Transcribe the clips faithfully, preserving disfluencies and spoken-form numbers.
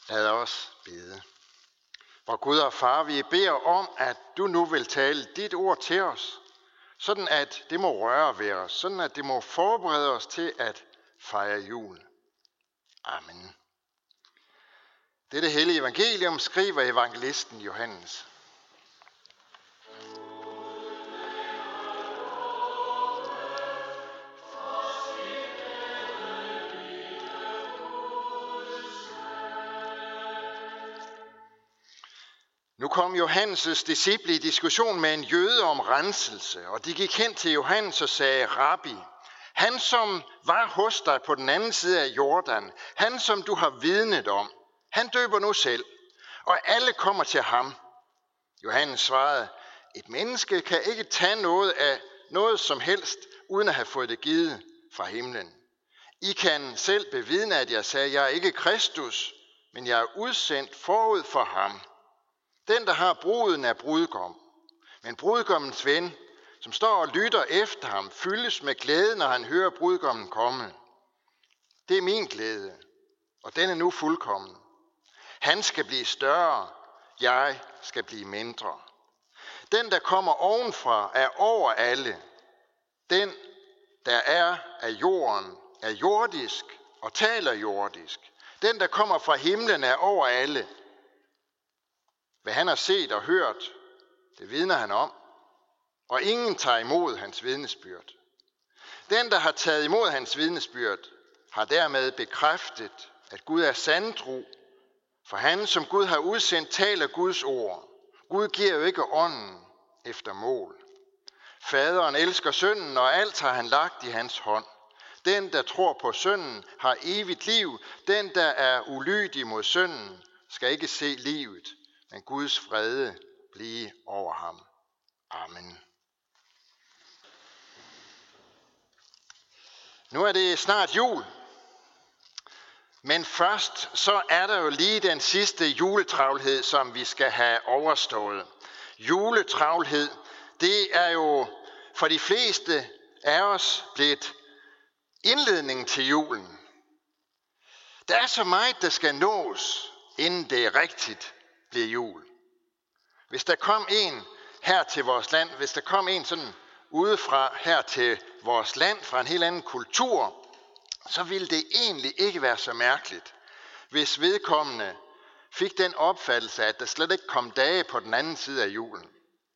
Lad os bede. Vor Gud og Far, vi beder om, at du nu vil tale dit ord til os, sådan at det må røre ved os, sådan at det må forberede os til at fejre jul. Amen. Dette hellige evangelium skriver evangelisten Johannes. Nu kom Johannes' disciple i diskussion med en jøde om renselse, og de gik hen til Johannes og sagde, Rabbi, han som var hos dig på den anden side af Jordan, han som du har vidnet om, han døber nu selv, og alle kommer til ham. Johannes svarede, et menneske kan ikke tage noget af noget som helst, uden at have fået det givet fra himlen. I kan selv bevidne, at jeg sagde, jeg er ikke Kristus, men jeg er udsendt forud for ham. Den, der har bruden, er brudgom. Men brudgommens ven, som står og lytter efter ham, fyldes med glæde, når han hører brudgommen komme. Det er min glæde, og den er nu fuldkommen. Han skal blive større, jeg skal blive mindre. Den, der kommer ovenfra, er over alle. Den, der er af jorden, er jordisk og taler jordisk. Den, der kommer fra himlen, er over alle. Hvad han har set og hørt, det vidner han om, og ingen tager imod hans vidnesbyrd. Den, der har taget imod hans vidnesbyrd, har dermed bekræftet, at Gud er sandtro, for han, som Gud har udsendt, taler Guds ord. Gud giver jo ikke ånden efter mål. Faderen elsker sønnen, og alt har han lagt i hans hånd. Den, der tror på sønnen, har evigt liv. Den, der er ulydig mod sønnen, skal ikke se livet, men Guds vrede blive over ham. Amen. Nu er det snart jul, men først så er der jo lige den sidste juletravlhed, som vi skal have overstået. Juletravlhed, det er jo for de fleste af os blevet indledningen til julen. Der er så meget, der skal nås, inden det rigtigt bliver jul. Hvis der kom en her til vores land, hvis der kom en sådan udefra her til vores land, fra en helt anden kultur, så ville det egentlig ikke være så mærkeligt, hvis vedkommende fik den opfattelse, at der slet ikke kom dage på den anden side af julen.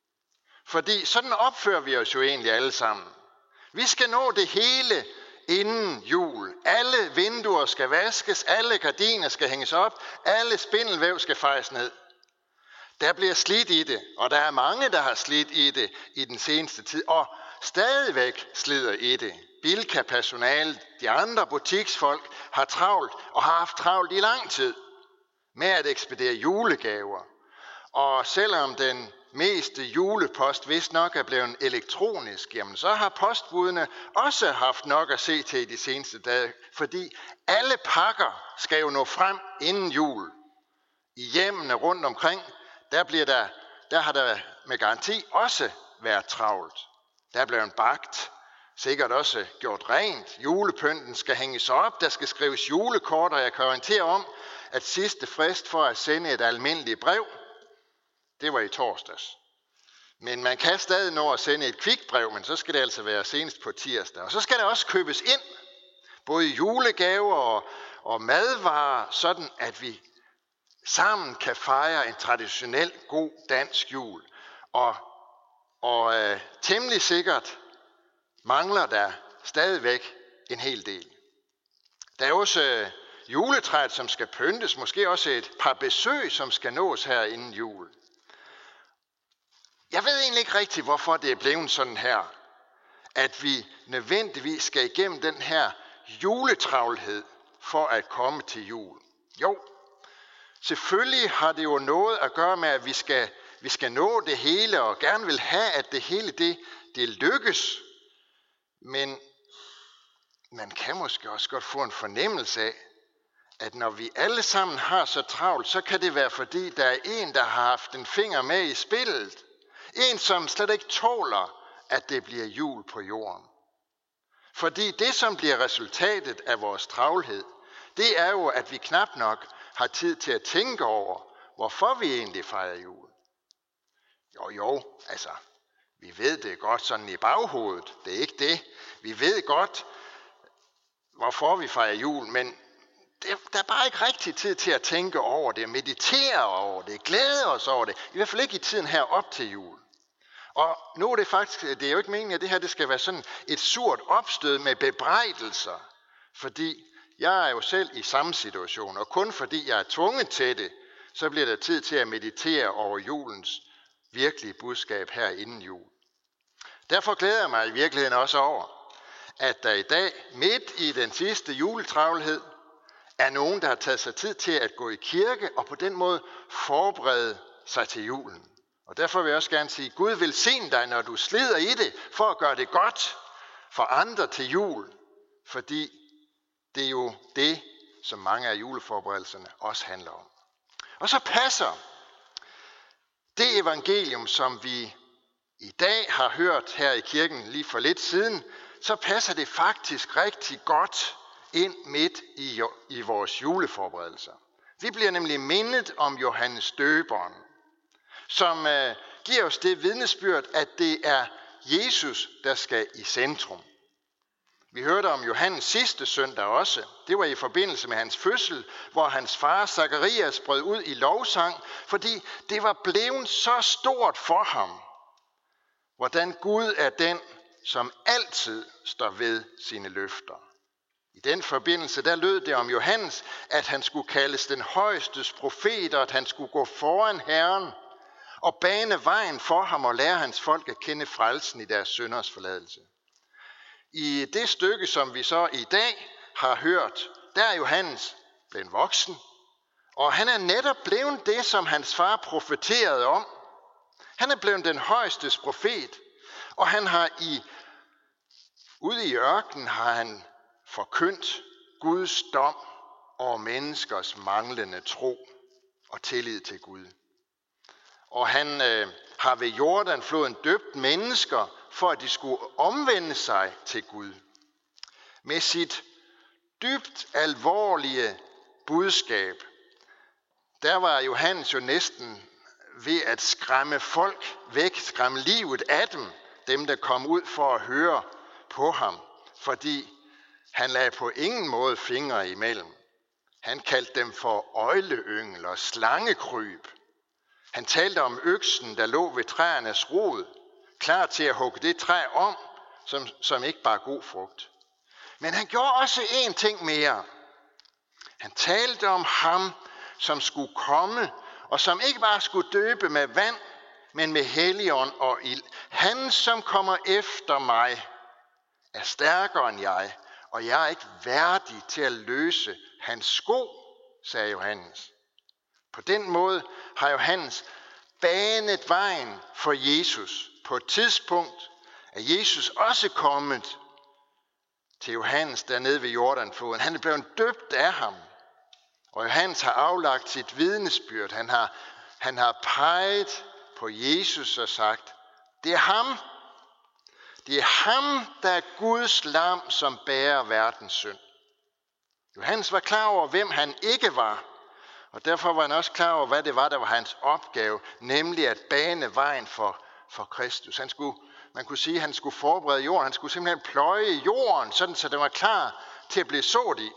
Fordi sådan opfører vi os jo egentlig alle sammen. Vi skal nå det hele inden jul. Alle vinduer skal vaskes, alle gardiner skal hænges op, alle spindelvæv skal fejes ned. Der bliver slidt i det, og der er mange, der har slidt i det i den seneste tid, og stadigvæk slider i det. Bilka-personalet, de andre butiksfolk har travlt og har haft travlt i lang tid med at ekspedere julegaver. Og selvom den meste julepost vist nok er blevet elektronisk, jamen så har postbudene også haft nok at se til i de seneste dage, fordi alle pakker skal jo nå frem inden jul. I hjemmene rundt omkring, der, bliver der, der har der med garanti også været travlt. Der er blevet bagt, sikkert også gjort rent. Julepynten skal hænges op, der skal skrives julekort, og jeg kan orientere om, at sidste frist for at sende et almindeligt brev, det var i torsdags. Men man kan stadig nå at sende et kvikbrev, men så skal det altså være senest på tirsdag. Og så skal der også købes ind, både julegaver og, og madvarer, sådan at vi sammen kan fejre en traditionel god dansk jul. Og, og øh, temmelig sikkert mangler der stadigvæk en hel del. Der er også øh, juletræet, som skal pyntes, måske også et par besøg, som skal nås her inden jul. Jeg ved egentlig ikke rigtigt, hvorfor det er blevet sådan her, at vi nødvendigvis skal igennem den her juletravlhed for at komme til jul. Jo, selvfølgelig har det jo noget at gøre med, at vi skal, vi skal nå det hele, og gerne vil have, at det hele det, det lykkes. Men man kan måske også godt få en fornemmelse af, at når vi alle sammen har så travlt, så kan det være fordi, der er en, der har haft en finger med i spillet. En, som slet ikke tåler, at det bliver jul på jorden. Fordi det, som bliver resultatet af vores travlhed, det er jo, at vi knap nok har tid til at tænke over, hvorfor vi egentlig fejrer jul. Jo, jo, altså, vi ved det godt sådan i baghovedet. Det er ikke det. Vi ved godt, hvorfor vi fejrer jul, men det, der er bare ikke rigtig tid til at tænke over det, meditere over det, glæde os over det. I hvert fald ikke i tiden her op til jul. Og nu er det faktisk, det er jo ikke meningen, at det her det skal være sådan et surt opstød med bebrejdelser. Fordi jeg er jo selv i samme situation, og kun fordi jeg er tvunget til det, så bliver der tid til at meditere over julens virkelige budskab her inden jul. Derfor glæder jeg mig i virkeligheden også over, at der i dag, midt i den sidste juletravlhed, er nogen, der har taget sig tid til at gå i kirke og på den måde forberede sig til julen. Og derfor vil jeg også gerne sige, Gud velsigne dig, når du slider i det, for at gøre det godt for andre til jul. Fordi det er jo det, som mange af juleforberedelserne også handler om. Og så passer det evangelium, som vi i dag har hørt her i kirken lige for lidt siden, så passer det faktisk rigtig godt ind midt i, i vores juleforberedelser. Vi bliver nemlig mindet om Johannes Døberen, som øh, giver os det vidnesbyrd, at det er Jesus, der skal i centrum. Vi hørte om Johannes sidste søndag også. Det var i forbindelse med hans fødsel, hvor hans far Zakarias brød ud i lovsang, fordi det var blevet så stort for ham, hvordan Gud er den, som altid står ved sine løfter. I den forbindelse, der lød det om Johannes, at han skulle kaldes den højestes profet, og at han skulle gå foran Herren og bane vejen for ham og lære hans folk at kende frelsen i deres synders forladelse. I det stykke, som vi så i dag har hørt, der er Johannes blevet voksen, og han er netop blevet det, som hans far profeterede om. Han er blevet den højestes profet, og han har i ude i ørkenen har han forkyndt Guds dom over menneskers manglende tro og tillid til Gud. Og han øh, har ved Jordanfloden døbt mennesker, for at de skulle omvende sig til Gud. Med sit dybt alvorlige budskab, der var Johannes jo næsten ved at skræmme folk væk, skræmme livet af dem, dem der kom ud for at høre på ham, fordi han lagde på ingen måde fingre imellem. Han kaldte dem for øgleyngel og slangekryb. Han talte om øksen, der lå ved træernes rod, klar til at hugge det træ om, som, som ikke bare god frugt. Men han gjorde også én ting mere. Han talte om ham, som skulle komme, og som ikke bare skulle døbe med vand, men med helligånd og ild. Han, som kommer efter mig, er stærkere end jeg, og jeg er ikke værdig til at løse hans sko, sagde Johannes. På den måde har Johannes banet vejen for Jesus. På et tidspunkt er Jesus også kommet til Johannes dernede ved Jordanfloden. Han er blevet døbt af ham, og Johannes har aflagt sit vidnesbyrd. Han har, han har peget på Jesus og sagt, det er ham. Det er ham, der er Guds lam, som bærer verdens synd. Johannes var klar over, hvem han ikke var, og derfor var han også klar over, hvad det var, der var hans opgave, nemlig at bane vejen for, for Kristus. Han skulle, man kunne sige, at han skulle forberede jorden. Han skulle simpelthen pløje jorden, sådan så den var klar til at blive sået i.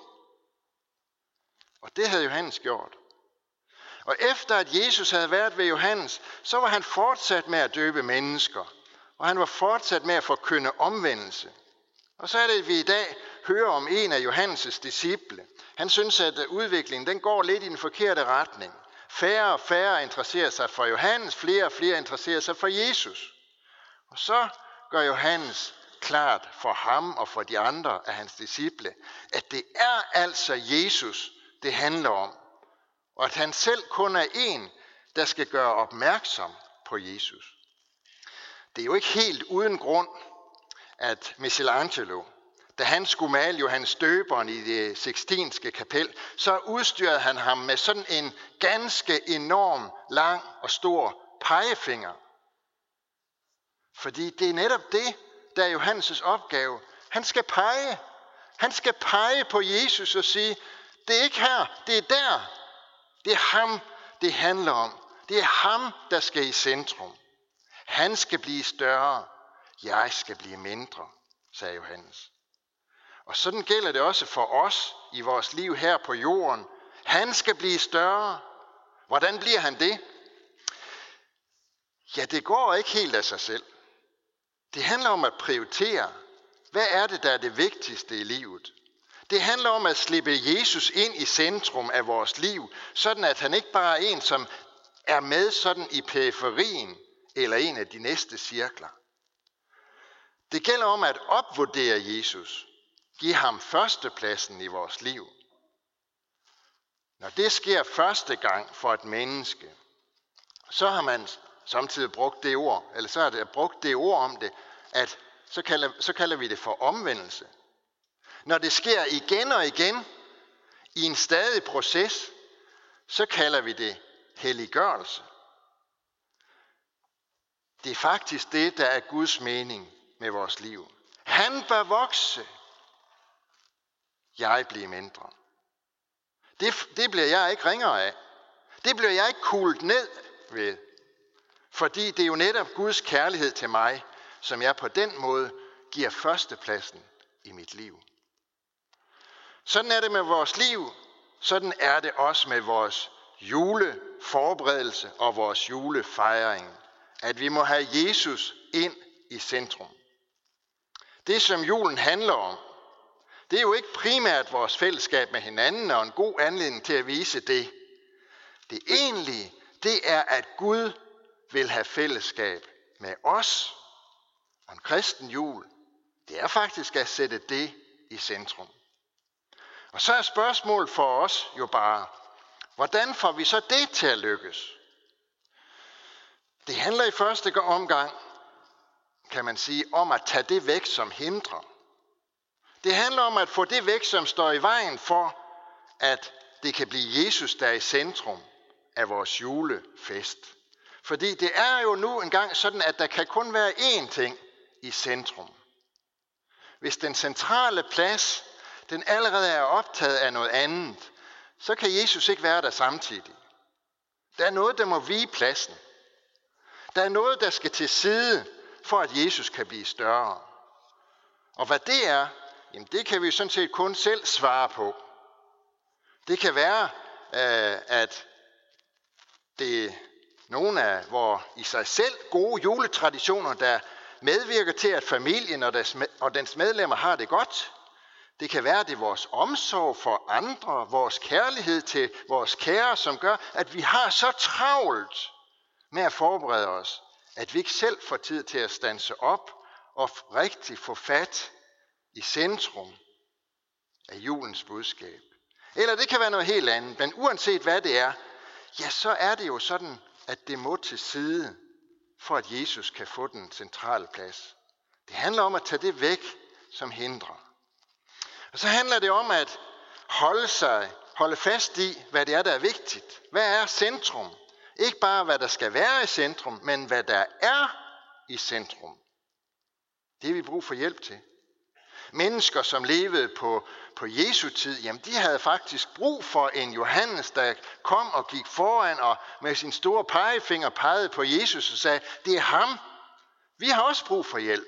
Og det havde Johannes gjort. Og efter at Jesus havde været ved Johannes, så var han fortsat med at døbe mennesker. Og han var fortsat med at forkynde omvendelse. Og så er det, at vi i dag hører om en af Johannes' disciple. Han synes, at udviklingen den går lidt i den forkerte retning. Færre og færre interesserer sig for Johannes, flere og flere interesserer sig for Jesus. Og så gør Johannes klart for ham og for de andre af hans disciple, at det er altså Jesus, det handler om. Og at han selv kun er en, der skal gøre opmærksom på Jesus. Det er jo ikke helt uden grund, at Michelangelo, da han skulle male Johannes Døberen i det Sixtinske kapel, så udstyrede han ham med sådan en ganske enorm, lang og stor pegefinger. Fordi det er netop det, der er Johannes' opgave. Han skal pege. Han skal pege på Jesus og sige, det er ikke her, det er der. Det er ham, det handler om. Det er ham, der skal i centrum. Han skal blive større. Jeg skal blive mindre, sagde Johannes. Og sådan gælder det også for os i vores liv her på jorden. Han skal blive større. Hvordan bliver han det? Ja, det går ikke helt af sig selv. Det handler om at prioritere. Hvad er det, der er det vigtigste i livet? Det handler om at slippe Jesus ind i centrum af vores liv, sådan at han ikke bare er en, som er med sådan i periferien eller en af de næste cirkler. Det gælder om at opvurdere Jesus. Give ham førstepladsen i vores liv. Når det sker første gang for et menneske, så har man samtidig brugt det ord, eller så har det brugt det ord om det, at så kalder, så kalder vi det for omvendelse. Når det sker igen og igen i en stadig proces, så kalder vi det helliggørelse. Det er faktisk det, der er Guds mening med vores liv. Han bør vokse. Jeg bliver mindre. Det, det bliver jeg ikke ringere af. Det bliver jeg ikke kulet ned ved. Fordi det er jo netop Guds kærlighed til mig, som jeg på den måde giver førstepladsen i mit liv. Sådan er det med vores liv. Sådan er det også med vores juleforberedelse og vores julefejring. At vi må have Jesus ind i centrum. Det, som julen handler om, det er jo ikke primært vores fællesskab med hinanden og en god anledning til at vise det. Det egentlige, det er, at Gud vil have fællesskab med os. Og en kristen jul, det er faktisk at sætte det i centrum. Og så er spørgsmålet for os jo bare, hvordan får vi så det til at lykkes? Det handler i første omgang, kan man sige, om at tage det væk, som hindrer. Det handler om at få det væk, som står i vejen for, at det kan blive Jesus, der er i centrum af vores julefest. Fordi det er jo nu engang sådan, at der kan kun være én ting i centrum. Hvis den centrale plads, den allerede er optaget af noget andet, så kan Jesus ikke være der samtidig. Der er noget, der må vige pladsen. Der er noget, der skal til side, for at Jesus kan blive større. Og hvad det er, jamen det kan vi sådan set kun selv svare på. Det kan være, øh, at det er nogle af vores i sig selv gode juletraditioner, der medvirker til, at familien og, deres, og dens medlemmer har det godt. Det kan være, at det er vores omsorg for andre, vores kærlighed til vores kære, som gør, at vi har så travlt med at forberede os, at vi ikke selv får tid til at standse op og rigtig få fat i centrum af julens budskab. Eller det kan være noget helt andet, men uanset hvad det er, ja, så er det jo sådan, at det må til side, for at Jesus kan få den centrale plads. Det handler om at tage det væk, som hindrer. Og så handler det om at holde sig, holde fast i, hvad det er, der er vigtigt. Hvad er centrum? Ikke bare, hvad der skal være i centrum, men hvad der er i centrum. Det har vi brug for hjælp til. Mennesker, som levede på, på Jesu tid, jamen de havde faktisk brug for en Johannes, der kom og gik foran og med sin store pegefinger pegede på Jesus og sagde, det er ham. Vi har også brug for hjælp.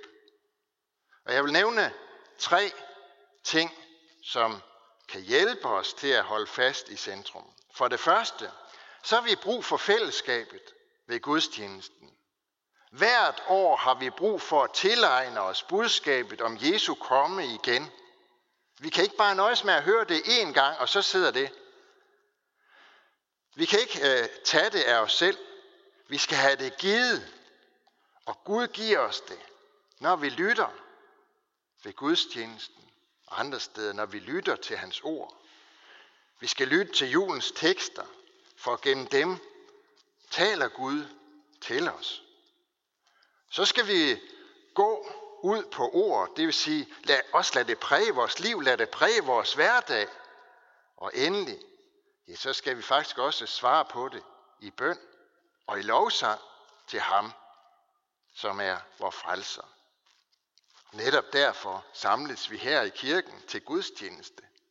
Og jeg vil nævne tre ting, som kan hjælpe os til at holde fast i centrum. For det første, så har vi brug for fællesskabet ved gudstjenesten. Hvert år har vi brug for at tilegne os budskabet om Jesu komme igen. Vi kan ikke bare nøjes med at høre det én gang, og så sidder det. Vi kan ikke øh, tage det af os selv. Vi skal have det givet, og Gud giver os det, når vi lytter ved gudstjenesten og andre steder, når vi lytter til hans ord. Vi skal lytte til julens tekster, for gennem dem taler Gud til os. Så skal vi gå ud på ord, det vil sige, lad, også lad det præge vores liv, lad det præge vores hverdag. Og endelig, ja, så skal vi faktisk også svare på det i bøn og i lovsang til ham, som er vor frelser. Netop derfor samles vi her i kirken til gudstjeneste.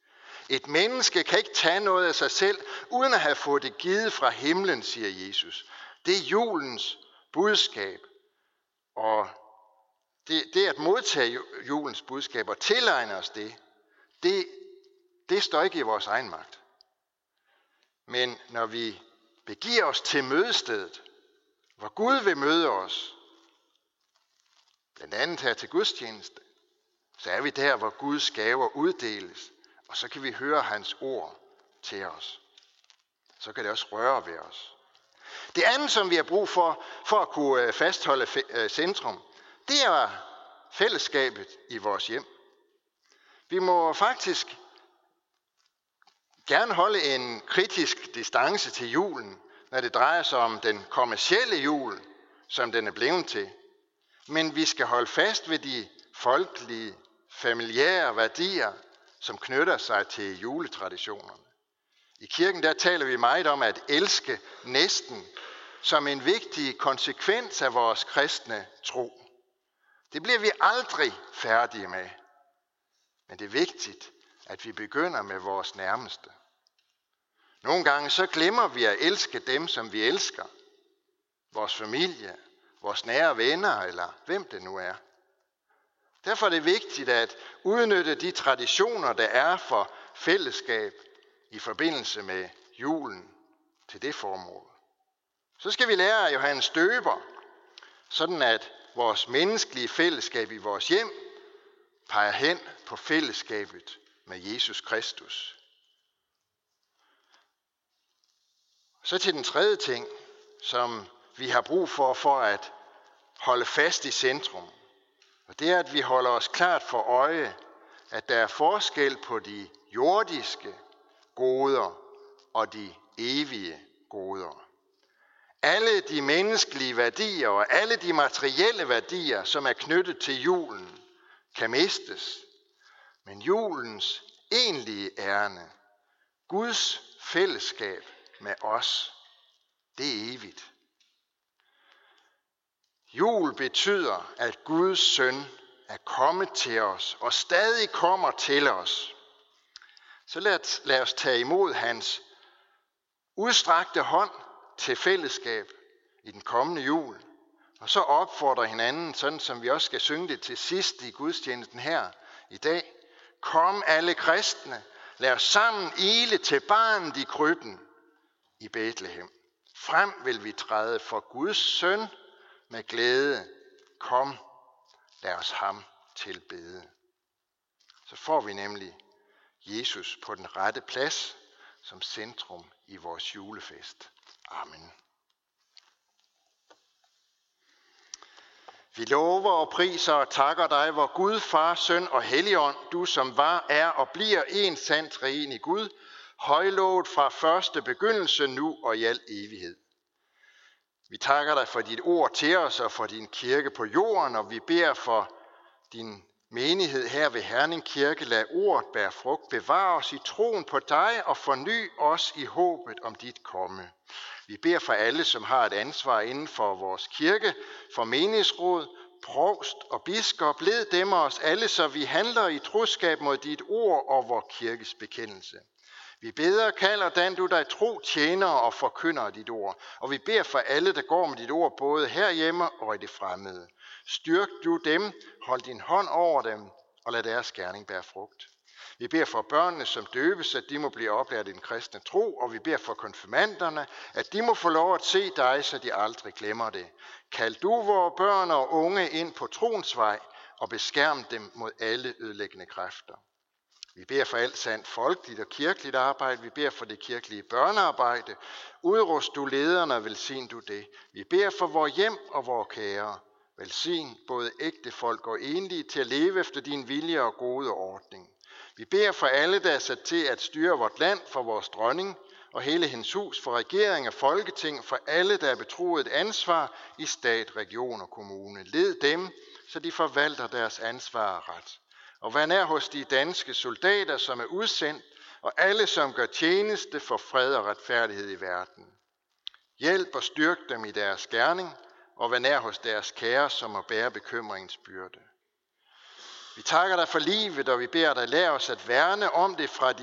Et menneske kan ikke tage noget af sig selv, uden at have fået det givet fra himlen, siger Jesus. Det er julens budskab. Og det, det at modtage julens budskab og tilegne os det, det, det står ikke i vores egen magt. Men når vi begiver os til mødestedet, hvor Gud vil møde os, blandt andet her til gudstjeneste, så er vi der, hvor Guds gaver uddeles, og så kan vi høre hans ord til os. Så kan det også røre ved os. Det andet, som vi har brug for, for at kunne fastholde centrum, det er fællesskabet i vores hjem. Vi må faktisk gerne holde en kritisk distance til julen, når det drejer sig om den kommercielle jul, som den er blevet til. Men vi skal holde fast ved de folkelige, familiære værdier, som knytter sig til juletraditionerne. I kirken der taler vi meget om at elske næsten som en vigtig konsekvens af vores kristne tro. Det bliver vi aldrig færdige med. Men det er vigtigt, at vi begynder med vores nærmeste. Nogle gange så glemmer vi at elske dem, som vi elsker. Vores familie, vores nære venner eller hvem det nu er. Derfor er det vigtigt at udnytte de traditioner, der er for fællesskab i forbindelse med julen til det formål. Så skal vi lære af Johannes Døber, sådan at vores menneskelige fællesskab i vores hjem peger hen på fællesskabet med Jesus Kristus. Så til den tredje ting, som vi har brug for for at holde fast i centrum. Og det er, at vi holder os klart for øje, at der er forskel på de jordiske goder og de evige goder. Alle de menneskelige værdier og alle de materielle værdier, som er knyttet til julen, kan mistes. Men julens egentlige ærne, Guds fællesskab med os, det er evigt. Jul betyder, at Guds søn er kommet til os og stadig kommer til os. Så lad, lad os tage imod hans udstrakte hånd til fællesskab i den kommende jul. Og så opfordre hinanden, sådan som vi også skal synge det til sidst i gudstjenesten her i dag. Kom alle kristne, lad os sammen ile til barnet i krybben i Betlehem. Frem vil vi træde for Guds søn med glæde. Kom, lad os ham tilbede. Så får vi nemlig Jesus på den rette plads som centrum i vores julefest. Amen. Vi lover og priser og takker dig, vor Gud, Far, Søn og Helligånd, du som var, er og bliver en sand treenig Gud, højlovet fra første begyndelse nu og i al evighed. Vi takker dig for dit ord til os og for din kirke på jorden, og vi beder for din menighed her ved Herning Kirke. Lad ordet bære frugt, bevare os i troen på dig og forny os i håbet om dit komme. Vi beder for alle, som har et ansvar inden for vores kirke, for menighedsråd, provst og biskop. Led dem og os alle, så vi handler i troskab mod dit ord og vor kirkes bekendelse. Vi beder, kalder den du dig tro, tjener og forkynder dit ord. Og vi beder for alle, der går med dit ord, både herhjemme og i det fremmede. Styrk du dem, hold din hånd over dem, og lad deres gerning bære frugt. Vi beder for børnene, som døbes, at de må blive oplært i den kristne tro, og vi beder for konfirmanderne, at de må få lov at se dig, så de aldrig glemmer det. Kald du vores børn og unge ind på troens vej, og beskærm dem mod alle ødelæggende kræfter. Vi beder for alt sandt folkeligt og kirkeligt arbejde. Vi beder for det kirkelige børnearbejde. Udrust du lederne og velsign du det. Vi beder for vores hjem og vores kære. Velsign både ægte folk og enlige til at leve efter din vilje og gode ordning. Vi beder for alle, der er sat til at styre vort land, for vores dronning og hele hendes hus, for regering og folketing, for alle, der er betroet et ansvar i stat, region og kommune. Led dem, så de forvalter deres ansvar ret. Og vær nær hos de danske soldater, som er udsendt, og alle, som gør tjeneste for fred og retfærdighed i verden. Hjælp og styrk dem i deres gerning, og vær nær hos deres kære, som må bære bekymringens byrde. Vi takker dig for livet, og vi beder dig lære os at værne om det fra de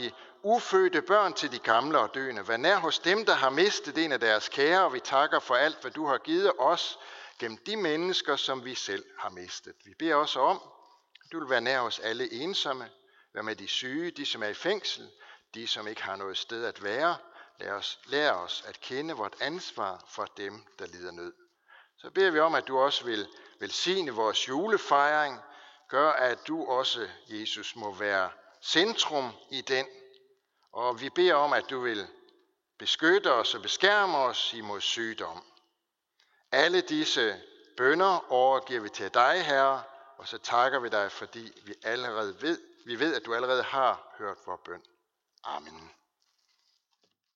ufødte børn til de gamle og døende. Vær nær hos dem, der har mistet en af deres kære, og vi takker for alt, hvad du har givet os gennem de mennesker, som vi selv har mistet. Vi beder også om, at du vil være nær hos alle ensomme, vær med de syge, de som er i fængsel, de som ikke har noget sted at være. Lær os, lær os at kende vort ansvar for dem, der lider nød. Så beder vi om, at du også vil velsigne vores julefejring. Gør, at du også, Jesus, må være centrum i den. Og vi beder om, at du vil beskytte os og beskærme os imod sygdom. Alle disse bønner overgiver vi til dig, Herre, og så takker vi dig, fordi vi allerede ved, vi ved, at du allerede har hørt vores bøn. Amen.